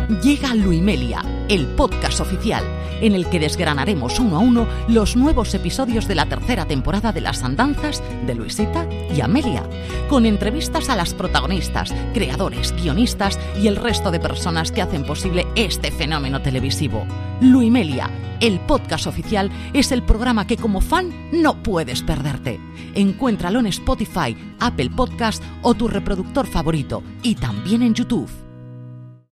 Llega Luimelia, el podcast oficial, en el que desgranaremos uno a uno los nuevos episodios de la tercera temporada de Las Andanzas de Luisita y Amelia, con entrevistas a las protagonistas, creadores, guionistas y el resto de personas que hacen posible este fenómeno televisivo. Luimelia, el podcast oficial, es el programa que como fan no puedes perderte. Encuéntralo en Spotify, Apple Podcast o tu reproductor favorito, y también en YouTube.